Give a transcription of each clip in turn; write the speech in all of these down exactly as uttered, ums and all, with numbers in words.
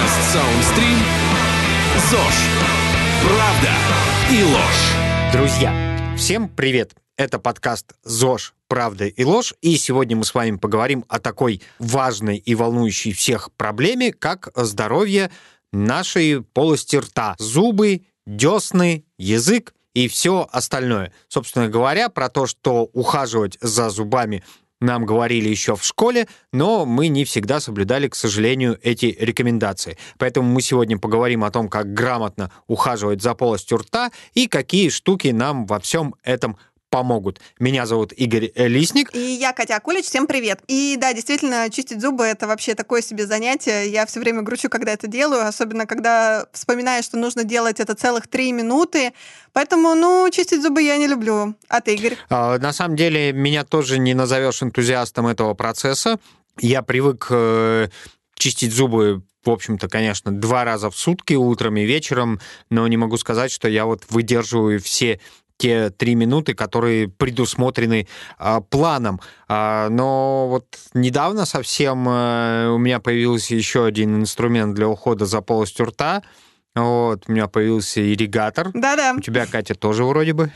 Подкаст Soundstream ЗОЖ. Правда и ложь. Друзья, всем привет! Это подкаст «ЗОЖ. Правда и ложь». И сегодня мы с вами поговорим о такой важной и волнующей всех проблеме, как здоровье нашей полости рта. Зубы, десны, язык и все остальное. Собственно говоря, про то, что ухаживать за зубами нам говорили еще в школе, но мы не всегда соблюдали, к сожалению, эти рекомендации. Поэтому мы сегодня поговорим о том, как грамотно ухаживать за полостью рта и какие штуки нам во всем этом помогут. Меня зовут Игорь Лисник. И я Катя Акулич. Всем привет. И да, действительно, чистить зубы — это вообще такое себе занятие. Я все время грущу, когда это делаю, особенно когда вспоминаю, что нужно делать это целых три минуты. Поэтому, ну, чистить зубы я не люблю. А ты, Игорь? А, на самом деле, меня тоже не назовешь энтузиастом этого процесса. Я привык э, чистить зубы, в общем-то, конечно, два раза в сутки, утром и вечером, но не могу сказать, что я вот выдерживаю все те три минуты, которые предусмотрены а, планом. А, но вот недавно совсем а, у меня появился еще один инструмент для ухода за полостью рта. Вот, у меня появился ирригатор. Да-да. У тебя, Катя, тоже вроде бы.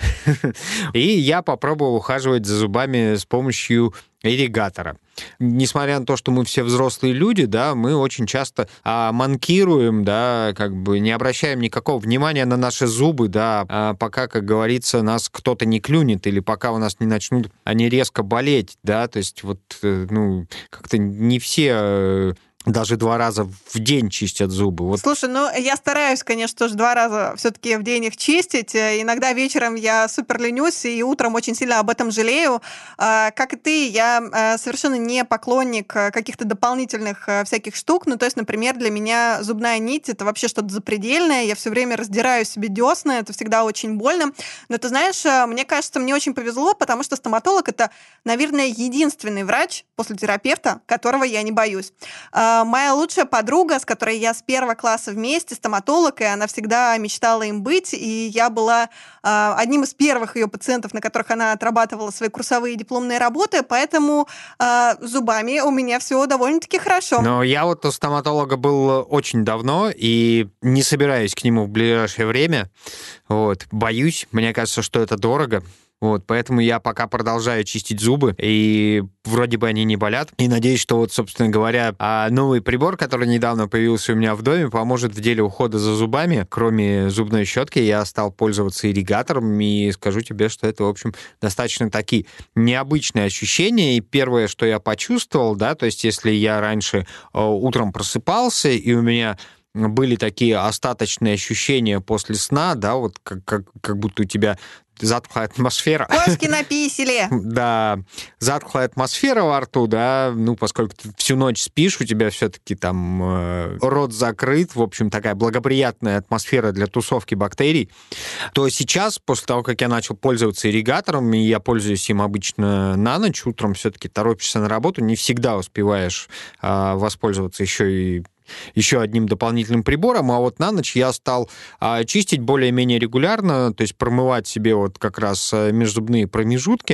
И я попробовал ухаживать за зубами с помощью ирригатора. Несмотря на то, что мы все взрослые люди, да, мы очень часто а, манкируем, да, как бы не обращаем никакого внимания на наши зубы, да, а пока, как говорится, нас кто-то не клюнет или пока у нас не начнут они резко болеть, да, то есть вот, ну, как-то не все даже два раза в день чистят зубы. Вот. Слушай, ну, я стараюсь, конечно, тоже два раза все-таки в день их чистить. Иногда вечером я супер ленюсь, и утром очень сильно об этом жалею. Как и ты, я совершенно не поклонник каких-то дополнительных всяких штук. Ну, то есть, например, для меня зубная нить — это вообще что-то запредельное. Я все время раздираю себе десны, это всегда очень больно. Но ты знаешь, мне кажется, мне очень повезло, потому что стоматолог — это, наверное, единственный врач после терапевта, которого я не боюсь. Моя лучшая подруга, с которой я с первого класса вместе, стоматолог, и она всегда мечтала им быть, и я была э, одним из первых ее пациентов, на которых она отрабатывала свои курсовые дипломные работы, поэтому э, с зубами у меня все довольно-таки хорошо. Но я вот у стоматолога был очень давно, и не собираюсь к нему в ближайшее время. Вот. Боюсь, мне кажется, что это дорого. Вот, поэтому я пока продолжаю чистить зубы, и вроде бы они не болят. И надеюсь, что вот, собственно говоря, новый прибор, который недавно появился у меня в доме, поможет в деле ухода за зубами. Кроме зубной щетки, я стал пользоваться ирригатором, и скажу тебе, что это, в общем, достаточно такие необычные ощущения. И первое, что я почувствовал, да, то есть если я раньше утром просыпался, и у меня были такие остаточные ощущения после сна, да, вот как, как, как будто у тебя затхлая атмосфера. Кошки написали. Да, затхлая атмосфера во рту, да, ну, поскольку ты всю ночь спишь, у тебя все-таки там э, рот закрыт, в общем, такая благоприятная атмосфера для тусовки бактерий, то сейчас, после того, как я начал пользоваться ирригатором, и я пользуюсь им обычно на ночь, утром все-таки торопишься на работу, не всегда успеваешь э, воспользоваться еще и еще одним дополнительным прибором, а вот на ночь я стал а, чистить более-менее регулярно, то есть промывать себе вот как раз межзубные промежутки,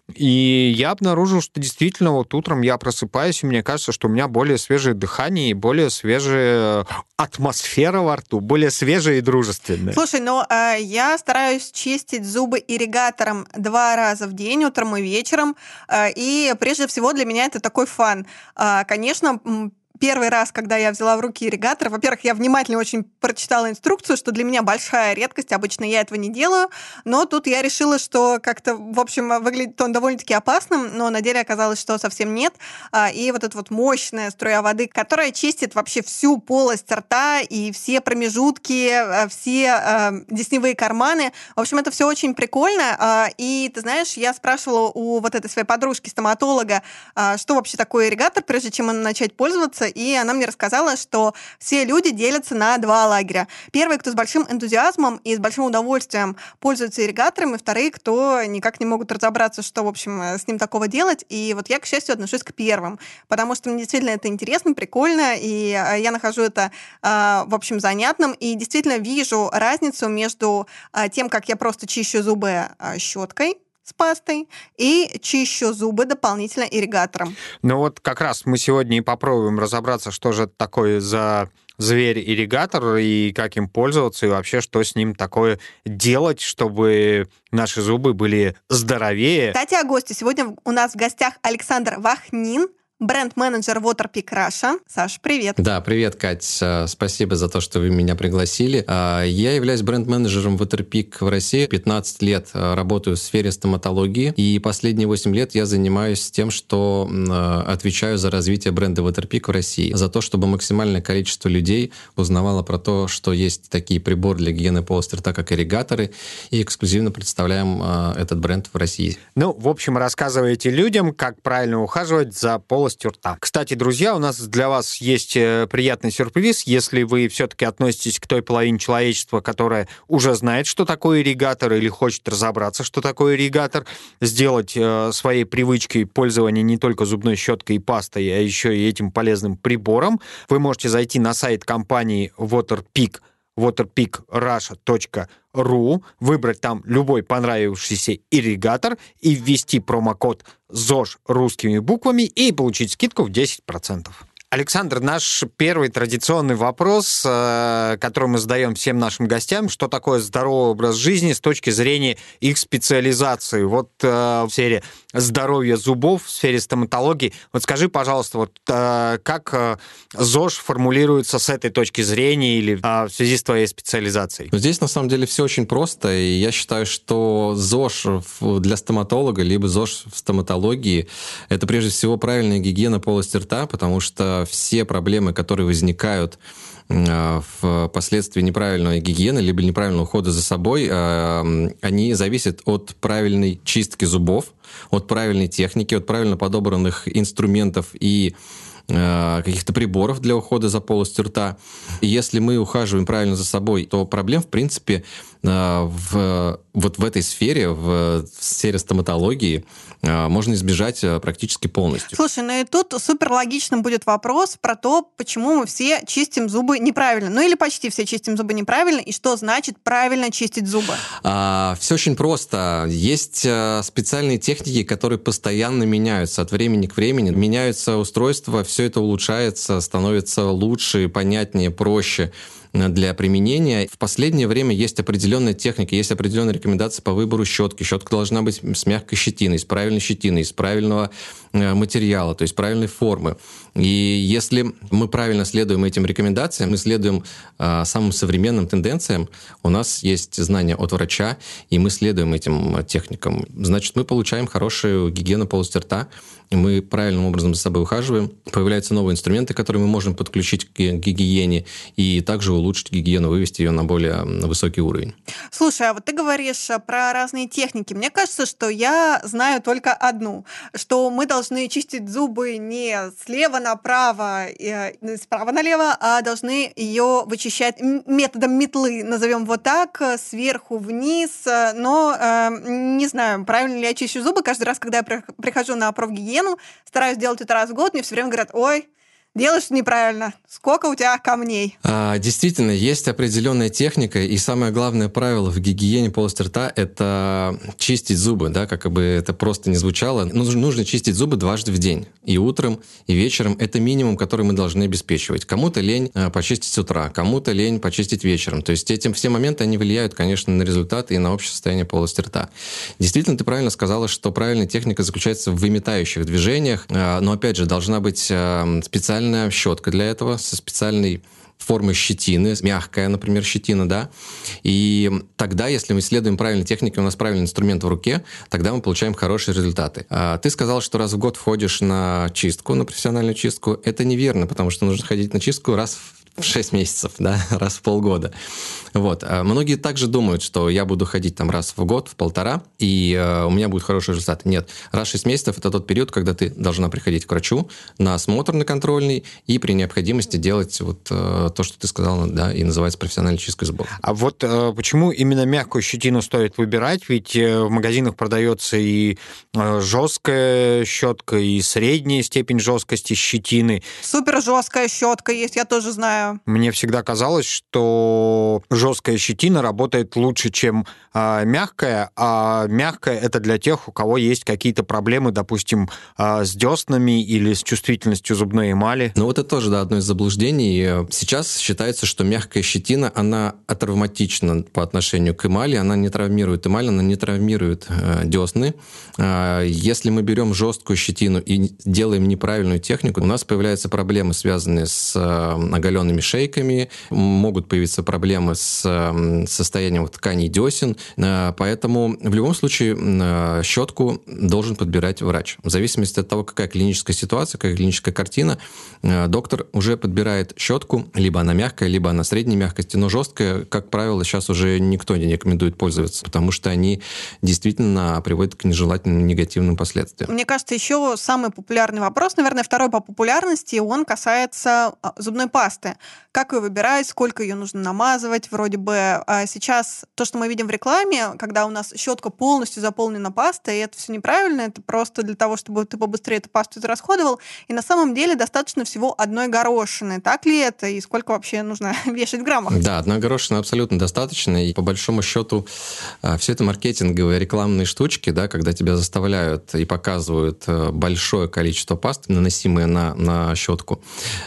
и я обнаружил, что действительно вот утром я просыпаюсь, и мне кажется, что у меня более свежее дыхание и более свежая атмосфера во рту, более свежая и дружественная. Слушай, ну э, я стараюсь чистить зубы ирригатором два раза в день, утром и вечером, э, и прежде всего для меня это такой фан. Э, конечно, первый раз, когда я взяла в руки ирригатор, во-первых, я внимательно очень прочитала инструкцию, что для меня большая редкость, обычно я этого не делаю, но тут я решила, что как-то, в общем, выглядит он довольно-таки опасным, но на деле оказалось, что совсем нет. И вот эта вот мощная струя воды, которая чистит вообще всю полость рта и все промежутки, все десневые карманы. В общем, это все очень прикольно. И, ты знаешь, я спрашивала у вот этой своей подружки-стоматолога, что вообще такое ирригатор, прежде чем начать пользоваться, и она мне рассказала, что все люди делятся на два лагеря. Первые, кто с большим энтузиазмом и с большим удовольствием пользуются ирригатором, и вторые, кто никак не могут разобраться, что, в общем, с ним такого делать. И вот я, к счастью, отношусь к первым, потому что мне действительно это интересно, прикольно, и я нахожу это, в общем, занятным, и действительно вижу разницу между тем, как я просто чищу зубы щеткой с пастой и чищу зубы дополнительно ирригатором. Ну вот как раз мы сегодня и попробуем разобраться, что же это такое за зверь-ирригатор, и как им пользоваться, и вообще, что с ним такое делать, чтобы наши зубы были здоровее. Кстати, о госте. Сегодня у нас в гостях Александр Вахнин, бренд-менеджер Waterpik Russia. Саш, привет. Да, привет, Кать. Спасибо за то, что вы меня пригласили. Я являюсь бренд-менеджером Waterpik в России. пятнадцать лет работаю в сфере стоматологии, и последние восемь лет я занимаюсь тем, что отвечаю за развитие бренда Waterpik в России, за то, чтобы максимальное количество людей узнавало про то, что есть такие приборы для гигиены полости рта, как ирригаторы, и эксклюзивно представляем этот бренд в России. Ну, в общем, рассказываете людям, как правильно ухаживать за полостью рта. Кстати, друзья, у нас для вас есть приятный сюрприз. Если вы все-таки относитесь к той половине человечества, которая уже знает, что такое ирригатор, или хочет разобраться, что такое ирригатор, сделать э, своей привычкой пользования не только зубной щеткой и пастой, а еще и этим полезным прибором, вы можете зайти на сайт компании Waterpik, waterpik russia точка ру, выбрать там любой понравившийся ирригатор и ввести промокод ЗОЖ русскими буквами и получить скидку в десять процентов. Александр, наш первый традиционный вопрос, который мы задаем всем нашим гостям, что такое здоровый образ жизни с точки зрения их специализации. Вот в сфере здоровья зубов, в сфере стоматологии. Вот скажи, пожалуйста, вот как ЗОЖ формулируется с этой точки зрения или в связи с твоей специализацией? Здесь на самом деле все очень просто, и я считаю, что ЗОЖ для стоматолога, либо ЗОЖ в стоматологии, это прежде всего правильная гигиена полости рта, потому что все проблемы, которые возникают впоследствии неправильной гигиены либо неправильного ухода за собой, они зависят от правильной чистки зубов, от правильной техники, от правильно подобранных инструментов и каких-то приборов для ухода за полостью рта. И если мы ухаживаем правильно за собой, то проблем, в принципе, в, вот в этой сфере, в сфере стоматологии, можно избежать практически полностью. Слушай, ну и тут супер логичным будет вопрос про то, почему мы все чистим зубы неправильно. Ну или почти все чистим зубы неправильно, и что значит правильно чистить зубы? А, все очень просто. Есть специальные техники, которые постоянно меняются от времени к времени. Меняются устройства, все это улучшается, становится лучше, понятнее, проще для применения. В последнее время есть определенная техника, есть определенные рекомендации по выбору щетки. Щетка должна быть с мягкой щетиной, с правильной щетиной, из правильного материала, то есть правильной формы. И если мы правильно следуем этим рекомендациям, мы следуем а, самым современным тенденциям, у нас есть знания от врача, и мы следуем этим техникам. Значит, мы получаем хорошую гигиену полости рта, мы правильным образом за собой ухаживаем, появляются новые инструменты, которые мы можем подключить к гигиене, и также улучшить гигиену, вывести ее на более высокий уровень. Слушай, а вот ты говоришь про разные техники. Мне кажется, что я знаю только одну, что мы должны чистить зубы не слева направо, справа налево, а должны ее вычищать методом метлы, назовем вот так, сверху вниз. Но не знаю, правильно ли я чищу зубы. Каждый раз, когда я прихожу на профгигиену, стараюсь делать это раз в год, мне все время говорят: ой, делаешь неправильно. Сколько у тебя камней? А, действительно, есть определенная техника, и самое главное правило в гигиене полости рта – это чистить зубы, да, как бы это просто не звучало. Нужно, нужно чистить зубы дважды в день. И утром, и вечером. Это минимум, который мы должны обеспечивать. Кому-то лень а, почистить с утра, кому-то лень почистить вечером. То есть эти все моменты, они влияют, конечно, на результаты и на общее состояние полости рта. Действительно, ты правильно сказала, что правильная техника заключается в выметающих движениях, а, но, опять же, должна быть а, специальная щетка для этого, со специальной формы щетины, мягкая, например, щетина, да, и тогда, если мы следуем правильной технике, у нас правильный инструмент в руке, тогда мы получаем хорошие результаты. А ты сказал, что раз в год входишь на чистку, на профессиональную чистку. Это неверно, потому что нужно ходить на чистку раз в шесть месяцев, да, раз в полгода. Вот. А многие также думают, что я буду ходить там раз в год, в полтора, и э, у меня будет хороший результат. Нет, раз в шесть месяцев – это тот период, когда ты должна приходить к врачу на осмотр на контрольный и при необходимости делать вот э, то, что ты сказала, да, и называется профессиональной чисткой зубов. А вот э, почему именно мягкую щетину стоит выбирать? Ведь э, в магазинах продается и э, жесткая щетка, и средняя степень жесткости щетины. Супер жесткая щетка есть, я тоже знаю. Да. Мне всегда казалось, что жесткая щетина работает лучше, чем э, мягкая, а мягкая — это для тех, у кого есть какие-то проблемы, допустим, э, с деснами или с чувствительностью зубной эмали. Ну вот это тоже, да, одно из заблуждений. Сейчас считается, что мягкая щетина, она атравматична по отношению к эмали, она не травмирует эмаль, она не травмирует э, десны. Э, если мы берем жесткую щетину и делаем неправильную технику, у нас появляются проблемы, связанные с э, оголенными шейками, могут появиться проблемы с э, состоянием вот, тканей десен, э, поэтому в любом случае э, щетку должен подбирать врач. В зависимости от того, какая клиническая ситуация, какая клиническая картина, э, доктор уже подбирает щетку, либо она мягкая, либо она средней мягкости, но жесткая, как правило, сейчас уже никто не рекомендует пользоваться, потому что они действительно приводят к нежелательным негативным последствиям. Мне кажется, еще самый популярный вопрос, наверное, второй по популярности, он касается зубной пасты. Как ее выбирать, сколько ее нужно намазывать, вроде бы. А сейчас то, что мы видим в рекламе, когда у нас щетка полностью заполнена пастой, и это все неправильно, это просто для того, чтобы ты побыстрее эту пасту израсходовал, и на самом деле достаточно всего одной горошины. Так ли это, и сколько вообще нужно вешать в граммах? Да, одна горошина абсолютно достаточно, и по большому счету все это маркетинговые рекламные штучки, да, когда тебя заставляют и показывают большое количество паст, наносимое на, на щетку.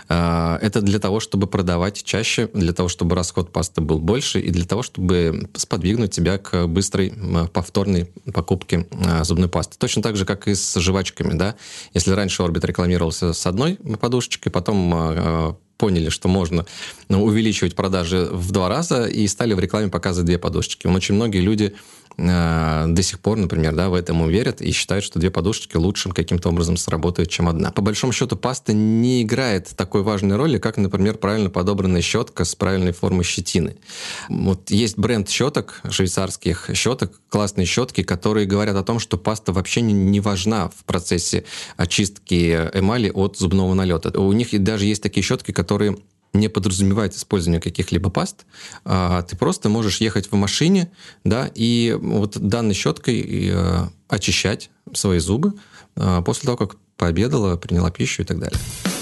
Это для того, чтобы продавать чаще, для того, чтобы расход пасты был больше, и для того, чтобы сподвигнуть тебя к быстрой повторной покупке зубной пасты. Точно так же, как и с жвачками, да. Если раньше Орбит рекламировался с одной подушечкой, потом поняли, что можно увеличивать продажи в два раза, и стали в рекламе показывать две подушечки. Очень многие люди э, до сих пор, например, да, в этом верят и считают, что две подушечки лучше каким-то образом сработают, чем одна. По большому счету, паста не играет такой важной роли, как, например, правильно подобранная щетка с правильной формой щетины. Вот есть бренд щеток, швейцарских щеток, классные щетки, которые говорят о том, что паста вообще не, не важна в процессе очистки эмали от зубного налета. У них даже есть такие щетки, которые которые не подразумевают использование каких-либо паст, а ты просто можешь ехать в машине, да, и вот данной щеткой очищать свои зубы после того, как пообедала, приняла пищу и так далее.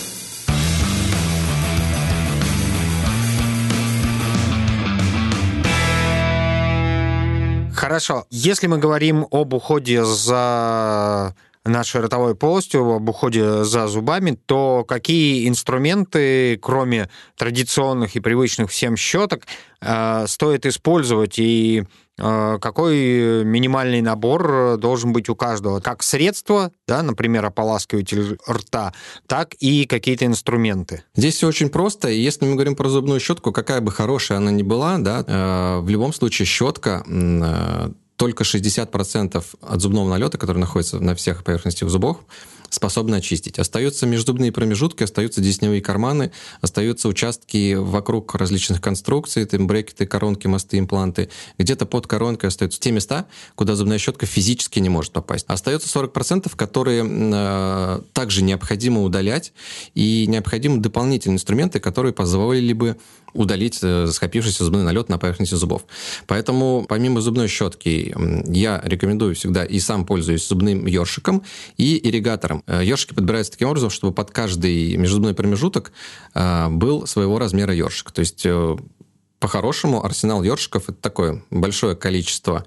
Хорошо. Если мы говорим об уходе за нашей ротовой полостью, об уходе за зубами, то какие инструменты, кроме традиционных и привычных всем щеток, э, стоит использовать, и э, какой минимальный набор должен быть у каждого? Как средство, да, например, ополаскиватель рта, так и какие-то инструменты. Здесь все очень просто, и если мы говорим про зубную щетку, какая бы хорошая она ни была, да, э, в любом случае щетка э, только шестьдесят процентов от зубного налета, который находится на всех поверхностях зубов, способны очистить. Остаются межзубные промежутки, остаются десневые карманы, остаются участки вокруг различных конструкций, там брекеты, коронки, мосты, импланты. Где-то под коронкой остаются те места, куда зубная щетка физически не может попасть. Остается сорок процентов, которые э, также необходимо удалять, и необходимы дополнительные инструменты, которые позволили бы удалить э, скопившийся зубной налет на поверхности зубов. Поэтому помимо зубной щетки я рекомендую всегда и сам пользуюсь зубным ёршиком и ирригатором. Ёршики подбираются таким образом, чтобы под каждый межзубной промежуток э, был своего размера ёршик. То есть э, по-хорошему арсенал ёршиков — это такое большое количество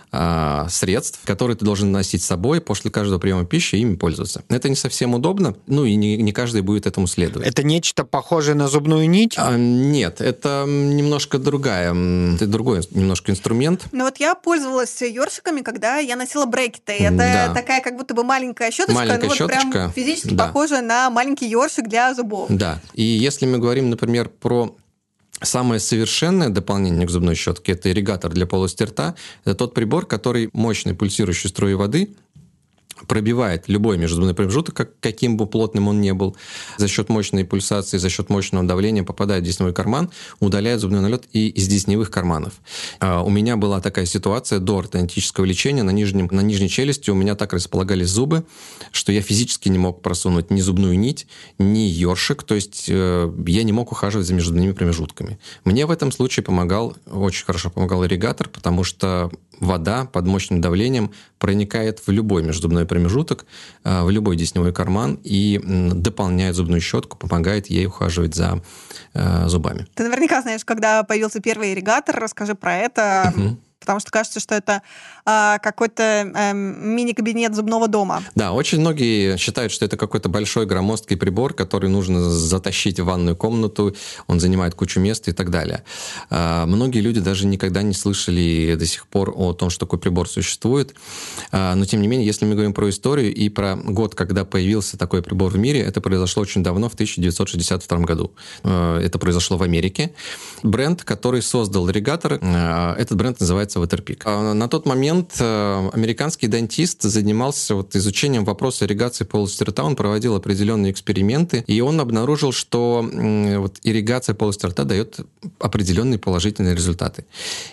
э, средств, которые ты должен носить с собой после каждого приема пищи и ими пользоваться. Это не совсем удобно, ну и не, не каждый будет этому следовать. Это нечто похожее на зубную нить? А, нет, это немножко другая, это другой немножко инструмент. Ну вот я пользовалась ёршиками, когда я носила брекеты. Это Да. такая как будто бы маленькая щеточка, Маленькая ну вот щеточка, прям физически да. похожая на маленький ёршик для зубов. Да, и если мы говорим, например, про самое совершенное дополнение к зубной щетке — это ирригатор для полости рта. Это тот прибор, который мощной пульсирующей струей воды пробивает любой межзубной промежуток, как, каким бы плотным он ни был, за счет мощной пульсации, за счет мощного давления попадает в десневой карман, удаляет зубной налет и из десневых карманов. А, у меня была такая ситуация до ортодонтического лечения. На, нижнем, на нижней челюсти у меня так располагались зубы, что я физически не мог просунуть ни зубную нить, ни ёршик, то есть э, я не мог ухаживать за межзубными промежутками. Мне в этом случае помогал, очень хорошо помогал ирригатор, потому что вода под мощным давлением проникает в любой межзубной промежуток, в любой десневой карман и дополняет зубную щетку, помогает ей ухаживать за зубами. Ты наверняка знаешь, когда появился первый ирригатор, расскажи про это. Угу. Потому что кажется, что это а, какой-то а, мини-кабинет зубного дома. Да, очень многие считают, что это какой-то большой громоздкий прибор, который нужно затащить в ванную комнату, он занимает кучу места и так далее. А, многие люди даже никогда не слышали до сих пор о том, что такой прибор существует. А, но, тем не менее, если мы говорим про историю и про год, когда появился такой прибор в мире, это произошло очень давно, в тысяча девятьсот шестьдесят втором году. А, это произошло в Америке. Бренд, который создал ирригатор, а, этот бренд называется Waterpik. На тот момент американский дантист занимался вот изучением вопроса ирригации полости рта, он проводил определенные эксперименты, и он обнаружил, что вот ирригация полости рта дает определенные положительные результаты.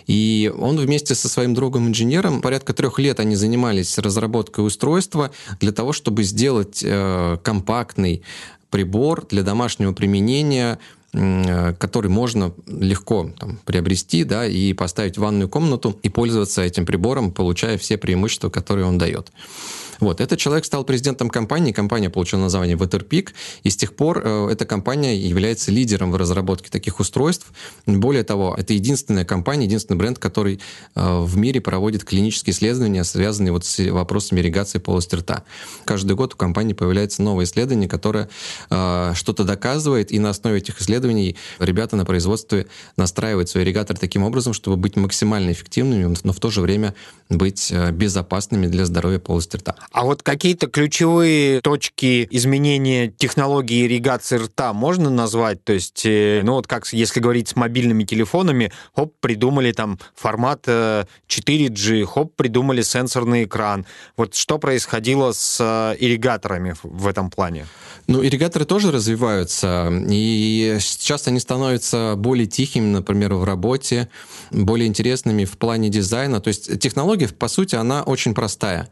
И он вместе со своим другом-инженером, порядка трех лет они занимались разработкой устройства для того, чтобы сделать компактный прибор для домашнего применения, который можно легко там, приобрести, да, и поставить в ванную комнату и пользоваться этим прибором, получая все преимущества, которые он дает. Вот. Этот человек стал президентом компании, компания получила название Waterpik, и с тех пор э, эта компания является лидером в разработке таких устройств. Более того, это единственная компания, единственный бренд, который э, в мире проводит клинические исследования, связанные вот с вопросами ирригации полости рта. Каждый год у компании появляется новое исследование, которое э, что-то доказывает, и на основе этих исследований ребята на производстве настраивают свой ирригатор таким образом, чтобы быть максимально эффективными, но в то же время быть безопасными для здоровья полости рта. А вот какие-то ключевые точки изменения технологии ирригации рта можно назвать? То есть, ну вот как, если говорить с мобильными телефонами, хоп, придумали там формат четыре джи, хоп, придумали сенсорный экран. Вот что происходило с ирригаторами в этом плане? Ну, ирригаторы тоже развиваются, и сейчас они становятся более тихими, например, в работе, более интересными в плане дизайна. То есть технология, по сути, она очень простая.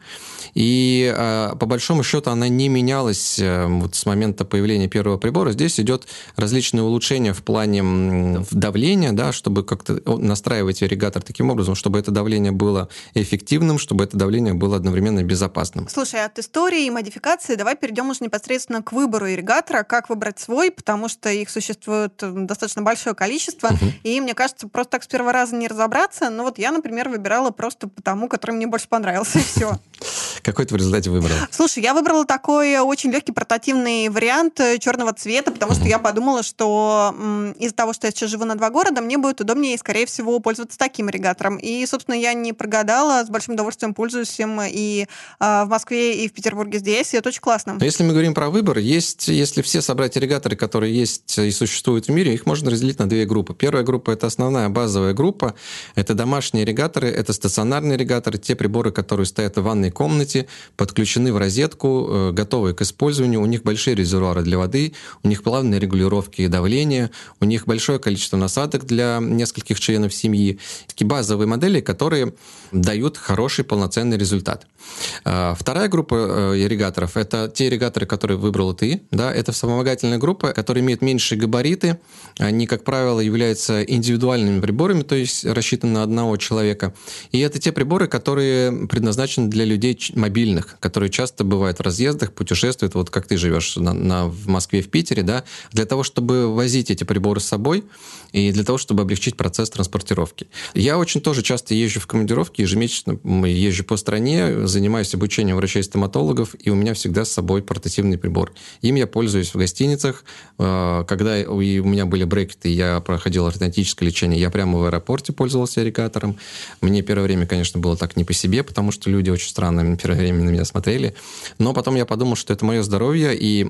И э, по большому счету она не менялась э, вот с момента появления первого прибора. Здесь идет различные улучшения в плане давления, да, чтобы как-то настраивать ирригатор таким образом, чтобы это давление было эффективным, чтобы это давление было одновременно безопасным. Слушай, от истории и модификации давай перейдем уже непосредственно к выбору ирригатора, как выбрать свой, потому что их существует достаточно большое количество, uh-huh. и мне кажется, просто так с первого раза не разобраться. Но вот я, например, выбирала просто по тому, который мне больше понравился, и все. Какой ты в результате выбрал? Слушай, я выбрала такой очень легкий портативный вариант черного цвета, потому что я подумала, что м, из-за того, что я сейчас живу на два города, мне будет удобнее, скорее всего, пользоваться таким ирригатором. И, собственно, я не прогадала, с большим удовольствием пользуюсь им и э, в Москве, и в Петербурге здесь, и это очень классно. Но если мы говорим про выбор, есть, если все собрать ирригаторы, которые есть и существуют в мире, их можно разделить на две группы. Первая группа – это основная базовая группа, это домашние ирригаторы, это стационарные ирригаторы, те приборы, которые стоят в ванной комнате, подключены в розетку, готовы к использованию, у них большие резервуары для воды, у них плавные регулировки давления, у них большое количество насадок для нескольких членов семьи. Такие базовые модели, которые дают хороший полноценный результат. Вторая группа ирригаторов – это те ирригаторы, которые выбрал ты. Да, это вспомогательная группа, которая имеет меньшие габариты. Они, как правило, являются индивидуальными приборами, то есть рассчитаны на одного человека. И это те приборы, которые предназначены для людей мобильных, которые часто бывают в разъездах, путешествуют, вот как ты живешь на, на, в Москве, в Питере, да, для того, чтобы возить эти приборы с собой и для того, чтобы облегчить процесс транспортировки. Я очень тоже часто езжу в командировки, ежемесячно езжу по стране, занимаюсь обучением врачей-стоматологов, и у меня всегда с собой портативный прибор. Им я пользуюсь в гостиницах. Когда у меня были брекеты, я проходил ортодонтическое лечение, я прямо в аэропорте пользовался ирригатором. Мне первое время, конечно, было так не по себе, потому что люди очень странно первое время на меня смотрели. Но потом я подумал, что это мое здоровье, и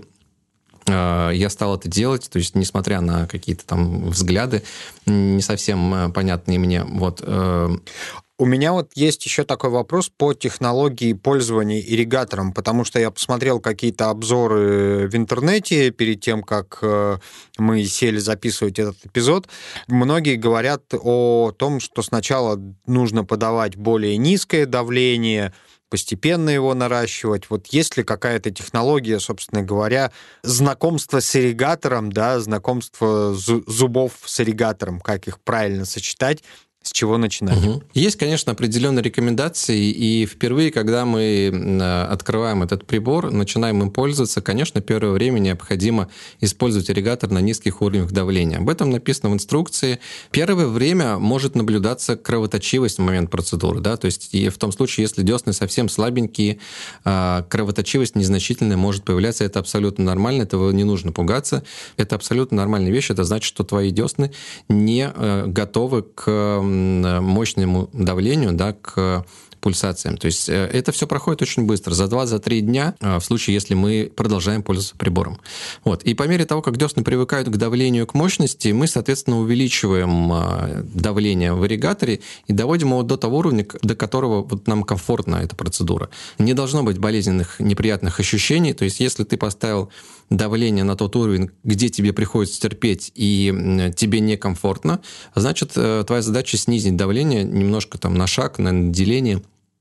я стал это делать, то есть, несмотря на какие-то там взгляды, не совсем понятные мне. Вот. У меня вот есть еще такой вопрос по технологии пользования ирригатором, потому что я посмотрел какие-то обзоры в интернете перед тем, как мы сели записывать этот эпизод. Многие говорят о том, что сначала нужно подавать более низкое давление, постепенно его наращивать. Вот есть ли какая-то технология, собственно говоря, знакомства с ирригатором, да, знакомство зубов с ирригатором, как их правильно сочетать, С чего начинать? Угу. Есть, конечно, определенные рекомендации, и впервые, когда мы открываем этот прибор, начинаем им пользоваться, конечно, первое время необходимо использовать ирригатор на низких уровнях давления. Об этом написано в инструкции. Первое время может наблюдаться кровоточивость в момент процедуры, да, то есть и в том случае, если десны совсем слабенькие, кровоточивость незначительная может появляться, это абсолютно нормально, этого не нужно пугаться, это абсолютно нормальная вещь, это значит, что твои десны не готовы к мощному давлению, да, к пульсациям. То есть это все проходит очень быстро, за два-три за дня, в случае, если мы продолжаем пользоваться прибором. Вот. И по мере того, как десны привыкают к давлению, к мощности, мы, соответственно, увеличиваем давление в ирригаторе и доводим его до того уровня, до которого вот нам комфортна эта процедура. Не должно быть болезненных, неприятных ощущений. То есть если ты поставил давление на тот уровень, где тебе приходится терпеть и тебе некомфортно, значит, твоя задача снизить давление немножко там на шаг, на деление,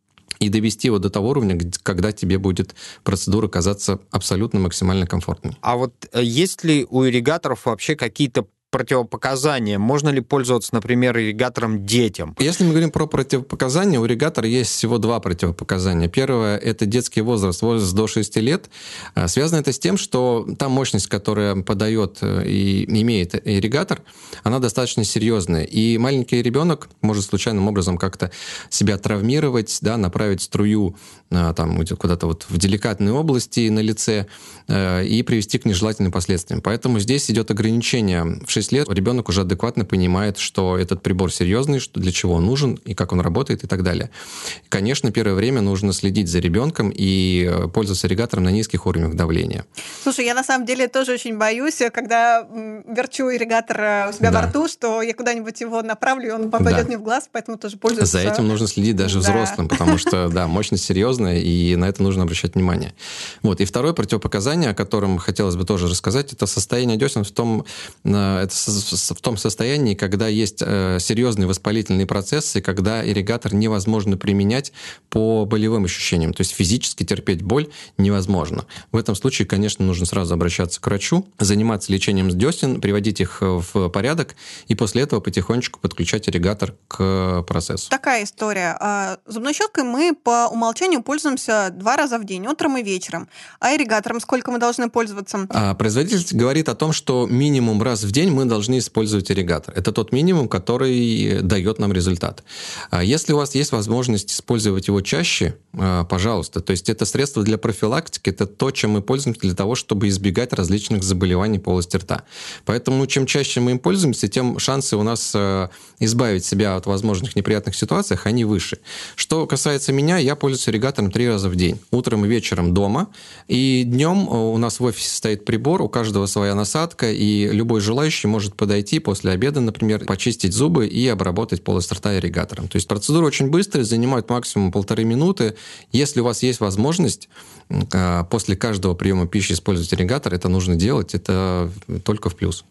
и довести его до того уровня, когда тебе будет процедура казаться абсолютно максимально комфортной. А вот есть ли у ирригаторов вообще какие-то противопоказания? Можно ли пользоваться, например, ирригатором детям? Если мы говорим про противопоказания, у ирригатора есть всего два противопоказания. Первое – это детский возраст, возраст до шести лет. Связано это с тем, что та мощность, которая подает и имеет ирригатор, она достаточно серьезная. И маленький ребенок может случайным образом как-то себя травмировать, да, направить струю там, куда-то вот в деликатные области на лице и привести к нежелательным последствиям. Поэтому здесь идет ограничение в шесть лет ребенок уже адекватно понимает, что этот прибор серьезный, что для чего он нужен и как он работает и так далее. Конечно, первое время нужно следить за ребенком и пользоваться ирригатором на низких уровнях давления. Слушай, я на самом деле тоже очень боюсь, когда верчу ирригатор у себя да. во рту, что я куда-нибудь его направлю, и он попадет да. мне в глаз, поэтому тоже пользуюсь. За этим нужно следить даже да. взрослым, потому что, да, мощность серьезная, и на это нужно обращать внимание. Вот. И второе противопоказание, о котором хотелось бы тоже рассказать, это состояние десен в том, это в том состоянии, когда есть серьезные воспалительные процессы, когда ирригатор невозможно применять по болевым ощущениям. То есть физически терпеть боль невозможно. В этом случае, конечно, нужно сразу обращаться к врачу, заниматься лечением десен, приводить их в порядок, и после этого потихонечку подключать ирригатор к процессу. Такая история. Зубной щеткой мы по умолчанию пользуемся два раза в день, утром и вечером. А ирригатором сколько мы должны пользоваться? А производитель говорит о том, что минимум раз в день мы должны использовать ирригатор. Это тот минимум, который дает нам результат. Если у вас есть возможность использовать его чаще, пожалуйста. То есть это средство для профилактики, это то, чем мы пользуемся для того, чтобы избегать различных заболеваний полости рта. Поэтому чем чаще мы им пользуемся, тем шансы у нас избавить себя от возможных неприятных ситуаций, они выше. Что касается меня, я пользуюсь ирригатором три раза в день. Утром и вечером дома. И днем у нас в офисе стоит прибор, у каждого своя насадка, и любой желающий может подойти после обеда, например, почистить зубы и обработать полость рта ирригатором. То есть процедура очень быстрая, занимает максимум полторы минуты. Если у вас есть возможность после каждого приема пищи использовать ирригатор, это нужно делать, это только в плюс.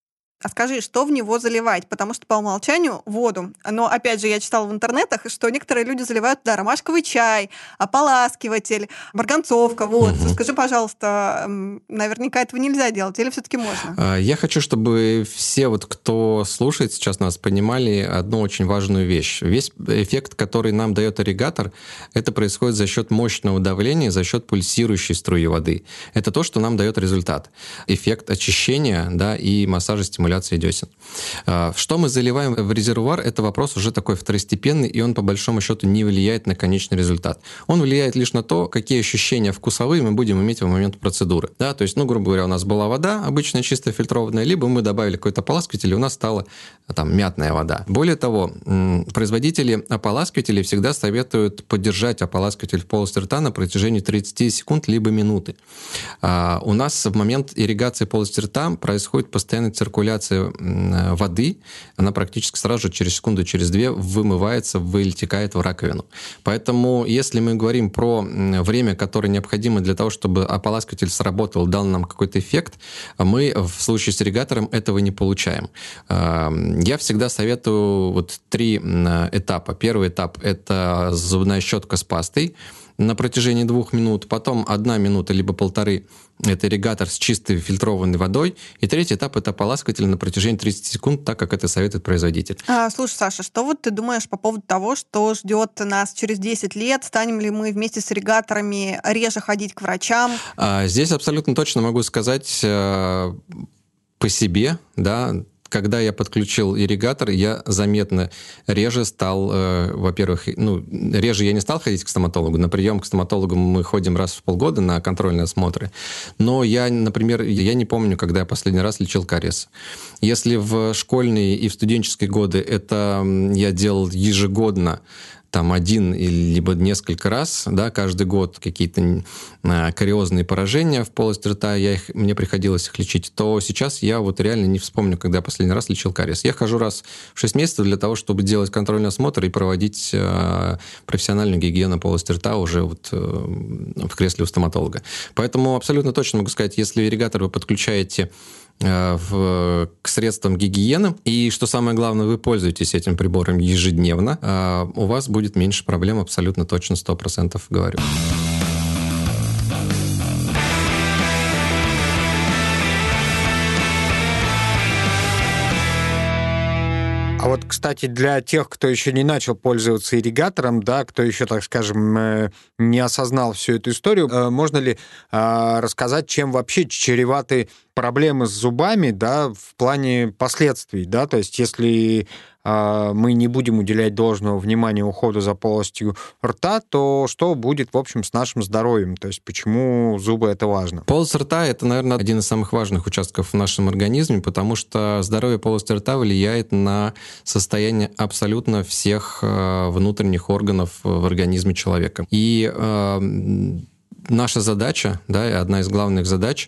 А скажи, что в него заливать? Потому что по умолчанию воду. Но, опять же, я читала в интернетах, что некоторые люди заливают туда ромашковый чай, ополаскиватель, марганцовка. Вот. Угу. Скажи, пожалуйста, наверняка этого нельзя делать, или все-таки можно? Я хочу, чтобы все, вот, кто слушает сейчас нас, понимали одну очень важную вещь. Весь эффект, который нам дает ирригатор, это происходит за счет мощного давления, за счет пульсирующей струи воды. Это то, что нам дает результат. Эффект очищения, да, и массажа, стимуляции десен. Что мы заливаем в резервуар, это вопрос уже такой второстепенный, и он по большому счету не влияет на конечный результат. Он влияет лишь на то, какие ощущения вкусовые мы будем иметь в момент процедуры. Да, то есть, ну, грубо говоря, у нас была вода, обычная чисто фильтрованная, либо мы добавили какой-то ополаскиватель, и у нас стала там мятная вода. Более того, производители ополаскивателей всегда советуют поддержать ополаскиватель в полости рта на протяжении тридцати секунд, либо минуты. У нас в момент ирригации полости рта происходит постоянная циркуляция воды, она практически сразу же через секунду, через две вымывается, вытекает в раковину. Поэтому, если мы говорим про время, которое необходимо для того, чтобы ополаскиватель сработал, дал нам какой-то эффект, мы в случае с ирригатором этого не получаем. Я всегда советую вот три этапа. Первый этап – это зубная щетка с пастой. на протяжении двух минут, потом одна минута либо полторы – это ирригатор с чистой фильтрованной водой, и третий этап – это ополаскиватель на протяжении тридцати секунд, так как это советует производитель. А, слушай, Саша, что вот ты думаешь по поводу того, что ждет нас через десять лет? Станем ли мы вместе с ирригаторами реже ходить к врачам? А, здесь абсолютно точно могу сказать э, по себе, да. Когда я подключил ирригатор, я заметно реже стал, э, во-первых, ну, реже я не стал ходить к стоматологу. На прием к стоматологу мы ходим раз в полгода на контрольные осмотры. Но я, например, я не помню, когда я последний раз лечил кариес. Если в школьные и в студенческие годы это я делал ежегодно, там один либо несколько раз, да, каждый год какие-то а, кариозные поражения в полости рта, я их, мне приходилось их лечить, то сейчас я вот реально не вспомню, когда я последний раз лечил кариес. Я хожу раз в шесть месяцев для того, чтобы делать контрольный осмотр и проводить а, профессиональную гигиену полости рта уже вот а, в кресле у стоматолога. Поэтому абсолютно точно могу сказать, если ирригатор вы подключаете В, к средствам гигиены. И, что самое главное, вы пользуетесь этим прибором ежедневно, а у вас будет меньше проблем, абсолютно точно, сто процентов говорю. А вот, кстати, для тех, кто еще не начал пользоваться ирригатором, да, кто еще, так скажем, не осознал всю эту историю, можно ли рассказать, чем вообще чреваты проблемы с зубами, да, в плане последствий, да, то есть если мы не будем уделять должного внимания уходу за полостью рта, то что будет, в общем, с нашим здоровьем? То есть почему зубы это важно? Полость рта — это, наверное, один из самых важных участков в нашем организме, потому что здоровье полости рта влияет на состояние абсолютно всех внутренних органов в организме человека. И э, наша задача, да, одна из главных задач,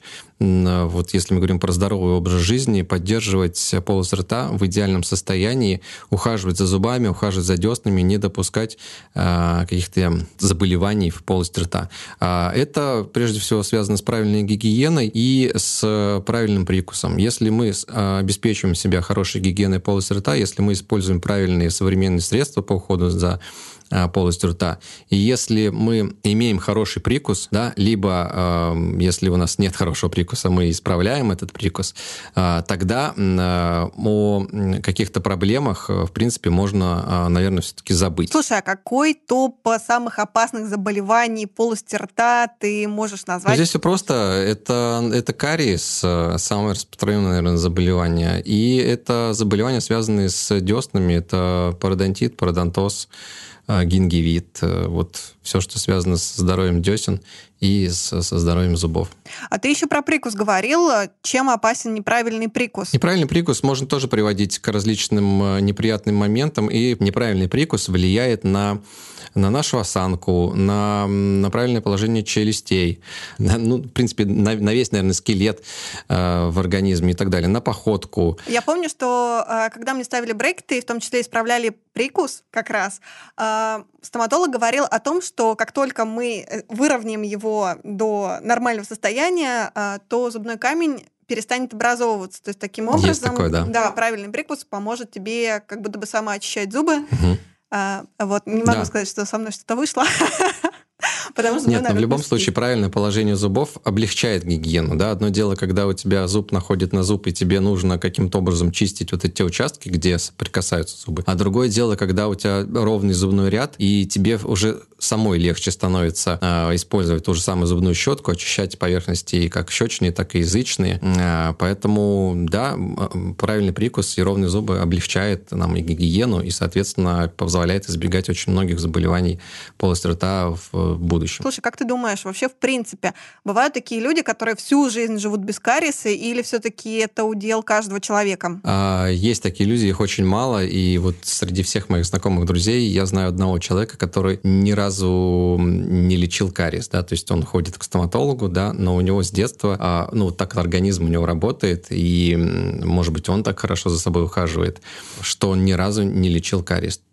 вот если мы говорим про здоровый образ жизни, поддерживать полость рта в идеальном состоянии, ухаживать за зубами, ухаживать за деснами, не допускать а, каких-то заболеваний в полости рта. А, это, прежде всего, связано с правильной гигиеной и с правильным прикусом. Если мы а, обеспечиваем себя хорошей гигиеной полости рта, если мы используем правильные современные средства по уходу за полостью рта. И если мы имеем хороший прикус, да, либо э, если у нас нет хорошего прикуса, мы исправляем этот прикус, э, тогда э, о каких-то проблемах, в принципе, можно, э, наверное, все-таки забыть. Слушай, а какой топ самых опасных заболеваний полости рта ты можешь назвать? Ну, здесь все просто. Это, это кариес, самое распространенное, наверное, заболевание. И это заболевания, связанные с деснами. Это пародонтит, пародонтоз, гингивит, вот все, что связано с здоровьем десен и с, со здоровьем зубов. А ты еще про прикус говорил. Чем опасен неправильный прикус? Неправильный прикус можно тоже приводить к различным неприятным моментам, и неправильный прикус влияет на, на нашу осанку, на, на правильное положение челюстей, на, ну, в принципе, на, на весь, наверное, скелет э, в организме и так далее, на походку. Я помню, что э, когда мне ставили брекеты, в том числе исправляли прикус как раз, э, стоматолог говорил о том, что как только мы выровняем его до нормального состояния, то зубной камень перестанет образовываться. То есть таким образом, есть такое, да. Да, правильный прикус поможет тебе как будто бы самоочищать зубы. Угу. А, вот, не могу да. сказать, что со мной что-то вышло. Потому что Нет, но в любом случае правильное положение зубов облегчает гигиену. Да? Одно дело, когда у тебя зуб находит на зуб, и тебе нужно каким-то образом чистить вот эти участки, где соприкасаются зубы. А другое дело, когда у тебя ровный зубной ряд, и тебе уже самой легче становится э, использовать ту же самую зубную щетку, очищать поверхности как щечные, так и язычные. Э, поэтому, да, правильный прикус и ровные зубы облегчает нам и гигиену, и, соответственно, позволяет избегать очень многих заболеваний полости рта в будущем. Слушай, как ты думаешь, вообще, в принципе, бывают такие люди, которые всю жизнь живут без кариеса, или все-таки это удел каждого человека? А, есть такие люди, их очень мало, и вот среди всех моих знакомых друзей я знаю одного человека, который ни разу не лечил кариес, да, то есть он ходит к стоматологу, да, но у него с детства, а, ну, так организм у него работает, и, может быть, он так хорошо за собой ухаживает, что он ни разу не лечил кариес.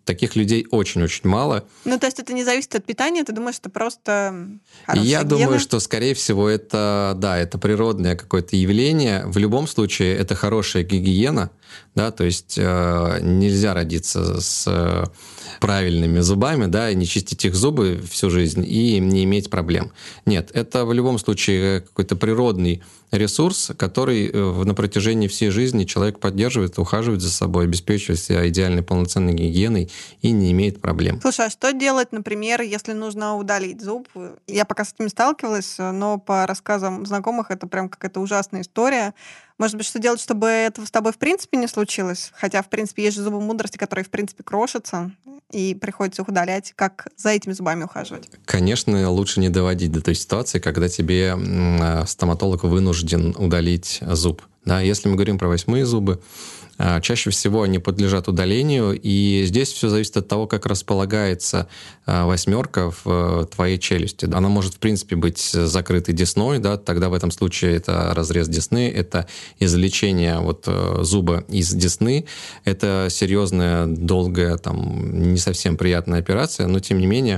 Таких людей очень-очень мало. Ну, то есть это не зависит от питания, ты думаешь, это просто хорошие Я гены? думаю, что, скорее всего, это, да, это природное какое-то явление. В любом случае, это хорошая гигиена, да, то есть э, нельзя родиться с э, правильными зубами, да, и не чистить их зубы всю жизнь и не иметь проблем. Нет, это в любом случае какой-то природный ресурс, который на протяжении всей жизни человек поддерживает, ухаживает за собой, обеспечивает себя идеальной полноценной гигиеной и не имеет проблем. Слушай, а что делать, например, если нужно удалить зуб? Я пока с этим сталкивалась, но по рассказам знакомых это прям какая-то ужасная история. Может быть, что делать, чтобы этого с тобой в принципе не случилось? Хотя, в принципе, есть же зубы мудрости, которые, в принципе, крошатся, и приходится их удалять. Как за этими зубами ухаживать? Конечно, лучше не доводить до той ситуации, когда тебе стоматолог вынужден удалить зуб. Да, если мы говорим про восьмые зубы, чаще всего они подлежат удалению, и здесь все зависит от того, как располагается восьмерка в твоей челюсти. Она может, в принципе, быть закрытой десной, да, тогда в этом случае это разрез десны, это извлечение вот зуба из десны, это серьезная, долгая, там, не совсем приятная операция, но, тем не менее,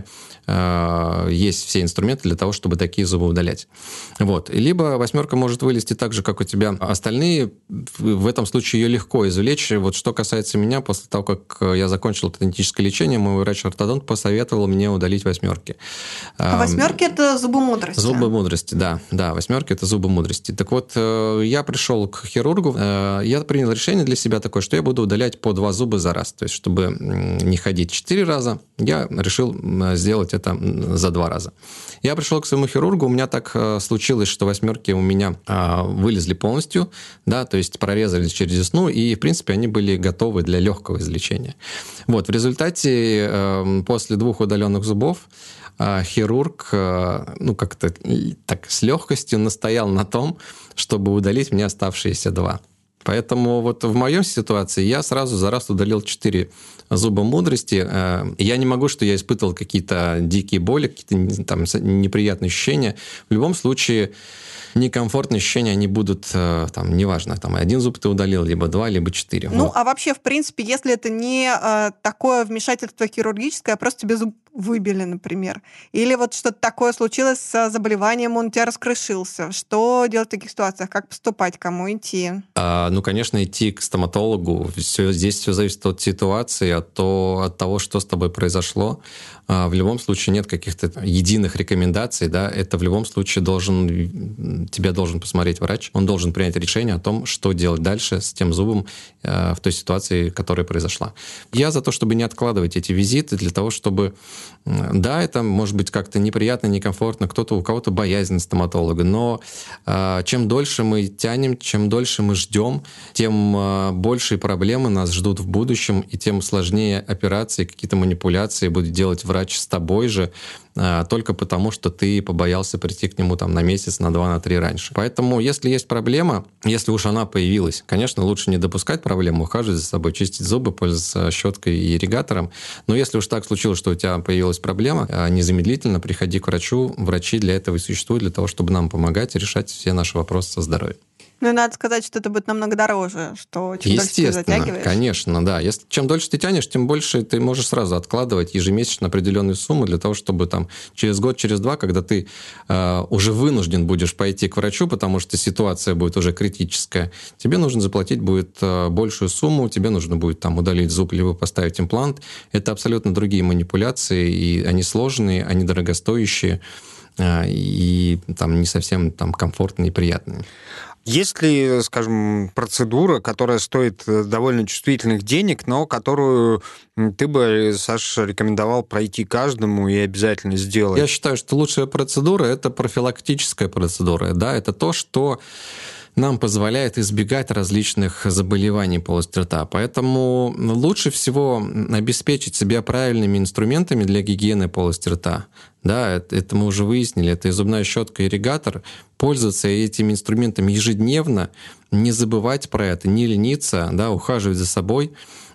есть все инструменты для того, чтобы такие зубы удалять. Вот. Либо восьмерка может вылезти так же, как у тебя остальные. В этом случае ее легко извлечь. Вот что касается меня, после того, как я закончил дентическое лечение, мой врач-ортодонт посоветовал мне удалить восьмерки. А восьмерки — это зубы мудрости? Зубы мудрости, да. Да, восьмерки — это зубы мудрости. Так вот, я пришел к хирургу, я принял решение для себя такое, что я буду удалять по два зуба за раз. То есть, чтобы не ходить четыре раза, я решил сделать это за два раза. Я пришел к своему хирургу, у меня так случилось, что восьмерки у меня вылезли полностью, да, то есть прорезались через десну, и, в принципе, они были готовы для легкого излечения. Вот, в результате, после двух удаленных зубов, хирург, ну, как-то так с легкостью настоял на том, чтобы удалить мне оставшиеся два. Поэтому вот в моей ситуации я сразу за раз удалил четыре зуба мудрости. Я не могу, что я испытывал какие-то дикие боли, какие-то там неприятные ощущения. В любом случае, некомфортные ощущения, они будут, там, неважно, там, один зуб ты удалил, либо два, либо четыре. Ну, вот. А вообще, в принципе, если это не э, такое вмешательство хирургическое, а просто тебе зуб выбили, например, или вот что-то такое случилось с заболеванием, он у тебя раскрошился, что делать в таких ситуациях? Как поступать? Кому идти? А, ну, конечно, идти к стоматологу. Все, здесь все зависит от ситуации, от, то, от того, что с тобой произошло. А, в любом случае нет каких-то единых рекомендаций, да, это в любом случае должен, тебя должен посмотреть врач, он должен принять решение о том, что делать дальше с тем зубом а, в той ситуации, которая произошла. Я за то, чтобы не откладывать эти визиты, для того, чтобы, да, это может быть как-то неприятно, некомфортно, кто-то, у кого-то боязнь стоматолога, но а, чем дольше мы тянем, чем дольше мы ждем, тем а, большие проблемы нас ждут в будущем, и тем сложнее операции, какие-то манипуляции будет делать врач с тобой же, а, только потому, что ты побоялся прийти к нему там на месяц, на два, на три раньше. Поэтому, если есть проблема, если уж она появилась, конечно, лучше не допускать проблему, ухаживать за собой, чистить зубы, пользоваться щеткой и ирригатором. Но если уж так случилось, что у тебя появилась проблема, незамедлительно приходи к врачу. Врачи для этого и существуют, для того, чтобы нам помогать и решать все наши вопросы со здоровьем. Ну и надо сказать, что это будет намного дороже, что чем дольше ты затягиваешь. Конечно, да. Если, чем дольше ты тянешь, тем больше ты можешь сразу откладывать ежемесячно определенную сумму для того, чтобы там через год, через два, когда ты э, уже вынужден будешь пойти к врачу, потому что ситуация будет уже критическая, тебе нужно заплатить будет э, большую сумму, тебе нужно будет там удалить зуб, либо поставить имплант. Это абсолютно другие манипуляции, и они сложные, они дорогостоящие, э, и там не совсем там комфортные и приятные. Есть ли, скажем, процедура, которая стоит довольно чувствительных денег, но которую ты бы, Саша, рекомендовал пройти каждому и обязательно сделать? Я считаю, что лучшая процедура – это профилактическая процедура. Да? Это то, что нам позволяет избегать различных заболеваний полости рта. Поэтому лучше всего обеспечить себя правильными инструментами для гигиены полости рта. Да, это, это мы уже выяснили, это и зубная щетка, и ирригатор. Пользоваться этими инструментами ежедневно, не забывать про это, не лениться, да, ухаживать за собой.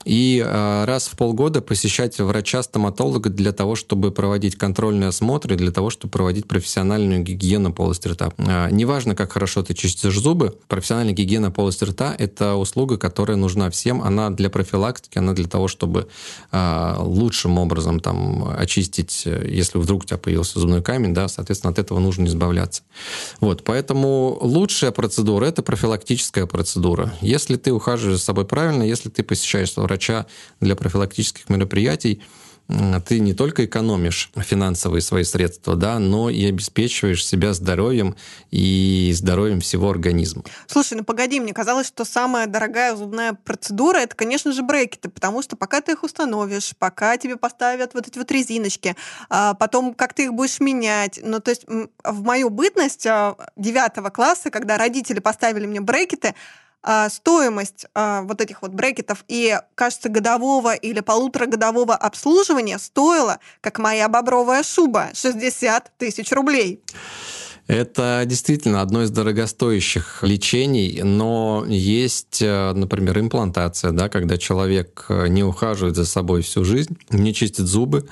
и э, раз в полгода посещать врача-стоматолога для того, чтобы проводить контрольные осмотры, для того, чтобы проводить профессиональную гигиену полости рта. Э, неважно, как хорошо ты чистишь зубы, профессиональная гигиена полости рта – это услуга, которая нужна всем. Она для профилактики, она для того, чтобы э, лучшим образом там, очистить, если вдруг у тебя появился зубной камень, да, соответственно, от этого нужно избавляться. Вот, поэтому лучшая процедура – это профилактическая процедура. Если ты ухаживаешь за собой правильно, если ты посещаешь врача для профилактических мероприятий, ты не только экономишь финансовые свои средства, да, но и обеспечиваешь себя здоровьем и здоровьем всего организма. Слушай, ну погоди, мне казалось, что самая дорогая зубная процедура – это, конечно же, брекеты, потому что пока ты их установишь, пока тебе поставят вот эти вот резиночки, а потом как ты их будешь менять. Ну, то есть в мою бытность девятого класса, когда родители поставили мне брекеты, стоимость а, вот этих вот брекетов и, кажется, годового или полуторагодового обслуживания стоила, как моя бобровая шуба, шестьдесят тысяч рублей. Это действительно одно из дорогостоящих лечений, но есть, например, имплантация, да, когда человек не ухаживает за собой всю жизнь, не чистит зубы,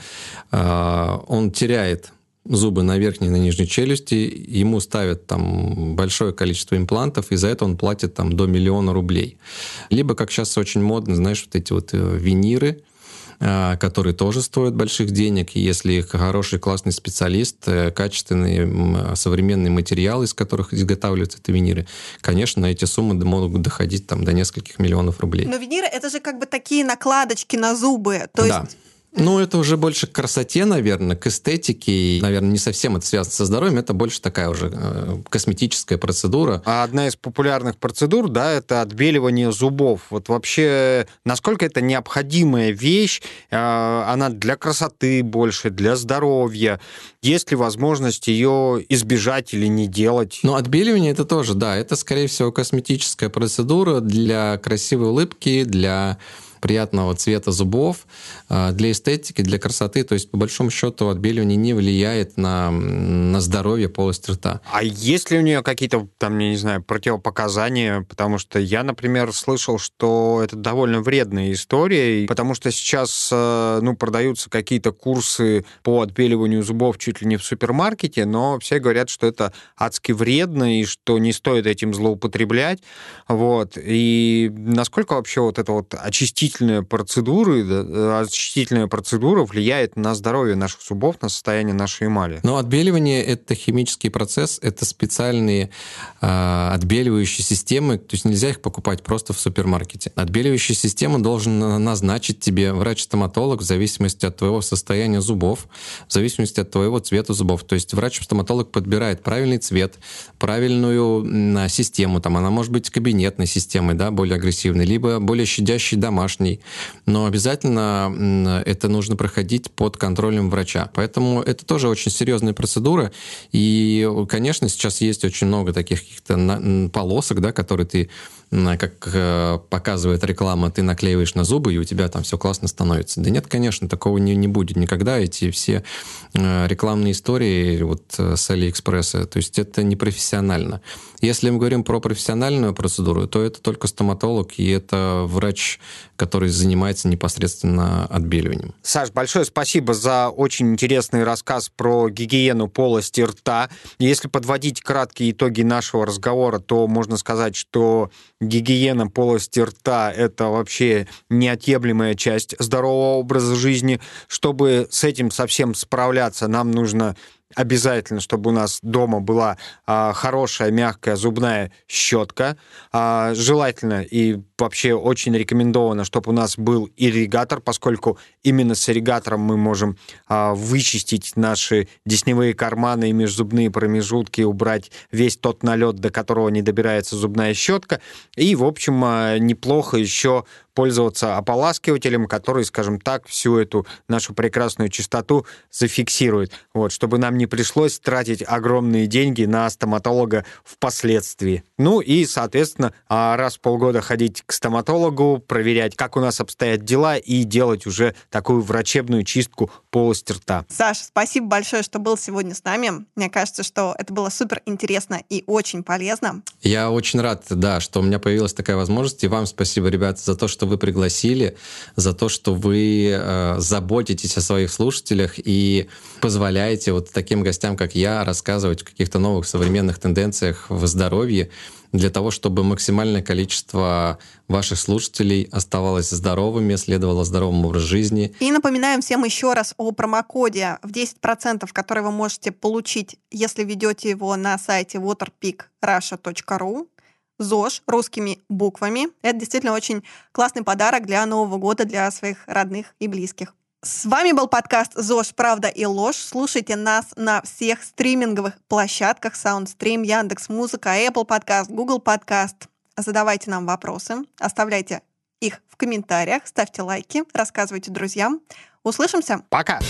он теряет зубы на верхней и на нижней челюсти, ему ставят там большое количество имплантов, и за это он платит там до миллиона рублей. Либо, как сейчас очень модно, знаешь, вот эти вот виниры, которые тоже стоят больших денег, и если хороший, классный специалист, качественные современные материалы, из которых изготавливаются эти виниры, конечно, эти суммы могут доходить там, до нескольких миллионов рублей. Но виниры — это же как бы такие накладочки на зубы, то да. есть... Ну, это уже больше к красоте, наверное, к эстетике. И, наверное, не совсем это связано со здоровьем. Это больше такая уже э, косметическая процедура. А одна из популярных процедур, да, это отбеливание зубов. Вот вообще, насколько это необходимая вещь? Э, она для красоты больше, для здоровья. Есть ли возможность ее избежать или не делать? Ну, отбеливание это тоже, да. Это, скорее всего, косметическая процедура для красивой улыбки, для приятного цвета зубов, для эстетики, для красоты. То есть, по большому счету, отбеливание не влияет на, на здоровье полости рта. А есть ли у нее какие-то, там, я не знаю, противопоказания? Потому что я, например, слышал, что это довольно вредная история, потому что сейчас, ну, продаются какие-то курсы по отбеливанию зубов чуть ли не в супермаркете, но все говорят, что это адски вредно и что не стоит этим злоупотреблять. Вот. И насколько вообще вот это вот очистительная процедура, да, очистительная процедура влияет на здоровье наших зубов, на состояние нашей эмали? Но отбеливание — это химический процесс, это специальные э, отбеливающие системы, то есть нельзя их покупать просто в супермаркете. Отбеливающую систему должен назначить тебе врач-стоматолог в зависимости от твоего состояния зубов, в зависимости от твоего цвета зубов. То есть врач-стоматолог подбирает правильный цвет, правильную систему, там она может быть кабинетной системой, да, более агрессивной, либо более щадящей домашней. Но обязательно это нужно проходить под контролем врача. Поэтому это тоже очень серьезная процедура. И, конечно, сейчас есть очень много таких каких-то полосок, да, которые ты, как показывает реклама, ты наклеиваешь на зубы, и у тебя там все классно становится. Да нет, конечно, такого не, не будет никогда. Эти все рекламные истории вот с Алиэкспресса, то есть это непрофессионально. Если мы говорим про профессиональную процедуру, то это только стоматолог, и это врач, который занимается непосредственно отбеливанием. Саш, большое спасибо за очень интересный рассказ про гигиену полости рта. Если подводить краткие итоги нашего разговора, то можно сказать, что гигиена полости рта – это вообще неотъемлемая часть здорового образа жизни. Чтобы с этим совсем справляться, нам нужно обязательно, чтобы у нас дома была а, хорошая, мягкая зубная щетка. А, желательно и вообще очень рекомендовано, чтобы у нас был ирригатор, поскольку именно с ирригатором мы можем а, вычистить наши десневые карманы и межзубные промежутки, убрать весь тот налет, до которого не добирается зубная щетка. И, в общем, а, неплохо еще пользоваться ополаскивателем, который, скажем так, всю эту нашу прекрасную чистоту зафиксирует. Вот, чтобы нам не пришлось тратить огромные деньги на стоматолога впоследствии. Ну и, соответственно, раз в полгода ходить к стоматологу, проверять, как у нас обстоят дела, и делать уже такую врачебную чистку полости рта. Саша, спасибо большое, что был сегодня с нами. Мне кажется, что это было супер интересно и очень полезно. Я очень рад, да, что у меня появилась такая возможность. И вам спасибо, ребята, за то, что вы пригласили, за то, что вы э, заботитесь о своих слушателях и позволяете вот таким гостям, как я, рассказывать о каких-то новых современных тенденциях в здоровье, для того, чтобы максимальное количество ваших слушателей оставалось здоровыми, следовало здоровому образу жизни. И напоминаем всем еще раз о промокоде в десять процентов, который вы можете получить, если ведете его на сайте waterpeak russia точка ру. ЗОЖ русскими буквами. Это действительно очень классный подарок для Нового года для своих родных и близких. С вами был подкаст «ЗОЖ. Правда и ложь». Слушайте нас на всех стриминговых площадках: Soundstream, Яндекс.Музыка, Apple Podcast, Google Podcast. Задавайте нам вопросы, оставляйте их в комментариях, ставьте лайки, рассказывайте друзьям. Услышимся. Пока!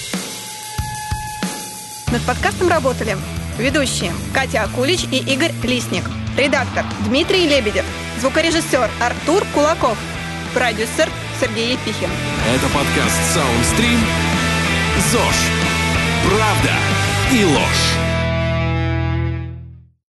Над подкастом работали ведущие Катя Акулич и Игорь Лисник, редактор Дмитрий Лебедев, звукорежиссер Артур Кулаков, продюсер Сергей Епихин. Это подкаст Soundstream. ЗОЖ. Правда и ложь.